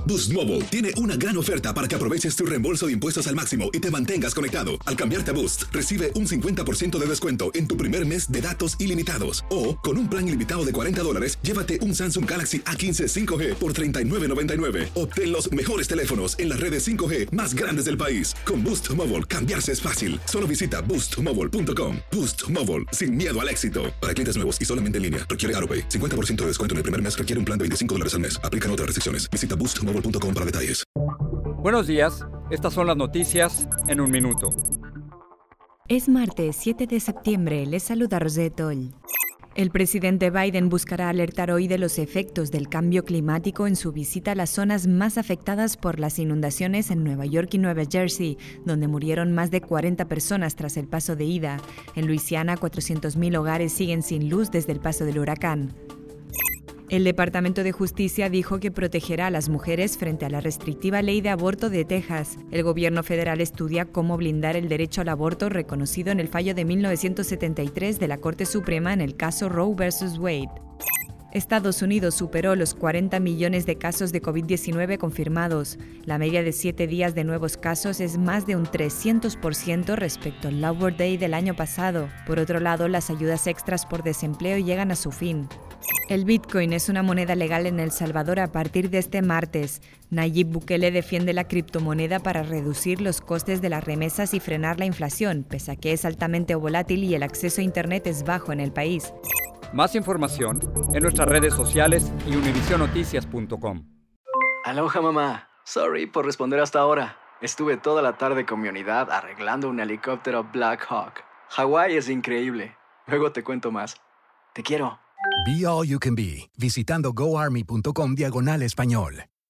Boost Mobile tiene una gran oferta para que aproveches tu reembolso de impuestos al máximo y te mantengas conectado. Al cambiarte a Boost, recibe un 50% de descuento en tu primer mes de datos ilimitados. O, con un plan ilimitado de $40, llévate un Samsung Galaxy A15 5G por $39.99. Obtén los mejores teléfonos en las redes 5G más grandes del país. Con Boost Mobile, cambiarse es fácil. Solo visita boostmobile.com. Boost Mobile, sin miedo al éxito. Para clientes nuevos y solamente en línea, requiere AroPay. 50% de descuento en el primer mes requiere un plan de $25 al mes. Aplican otras restricciones. Visita boostmobile.com para detalles. Buenos días, estas son las noticias en un minuto. Es martes 7 de septiembre, les saluda Rosette Oll. El presidente Biden buscará alertar hoy de los efectos del cambio climático en su visita a las zonas más afectadas por las inundaciones en Nueva York y Nueva Jersey, donde murieron más de 40 personas tras el paso de Ida. En Luisiana, 400.000 hogares siguen sin luz desde el paso del huracán. El Departamento de Justicia dijo que protegerá a las mujeres frente a la restrictiva ley de aborto de Texas. El gobierno federal estudia cómo blindar el derecho al aborto reconocido en el fallo de 1973 de la Corte Suprema en el caso Roe vs. Wade. Estados Unidos superó los 40 millones de casos de COVID-19 confirmados. La media de 7 días de nuevos casos es más de un 300% respecto al Labor Day del año pasado. Por otro lado, las ayudas extras por desempleo llegan a su fin. El Bitcoin es una moneda legal en El Salvador a partir de este martes. Nayib Bukele defiende la criptomoneda para reducir los costes de las remesas y frenar la inflación, pese a que es altamente volátil y el acceso a Internet es bajo en el país. Más información en nuestras redes sociales y univisionoticias.com. Aloha, mamá. Sorry por responder hasta ahora. Estuve toda la tarde con mi unidad arreglando un helicóptero Black Hawk. Hawái es increíble. Luego te cuento más. Te quiero. Be All You Can Be, visitando goarmy.com/español.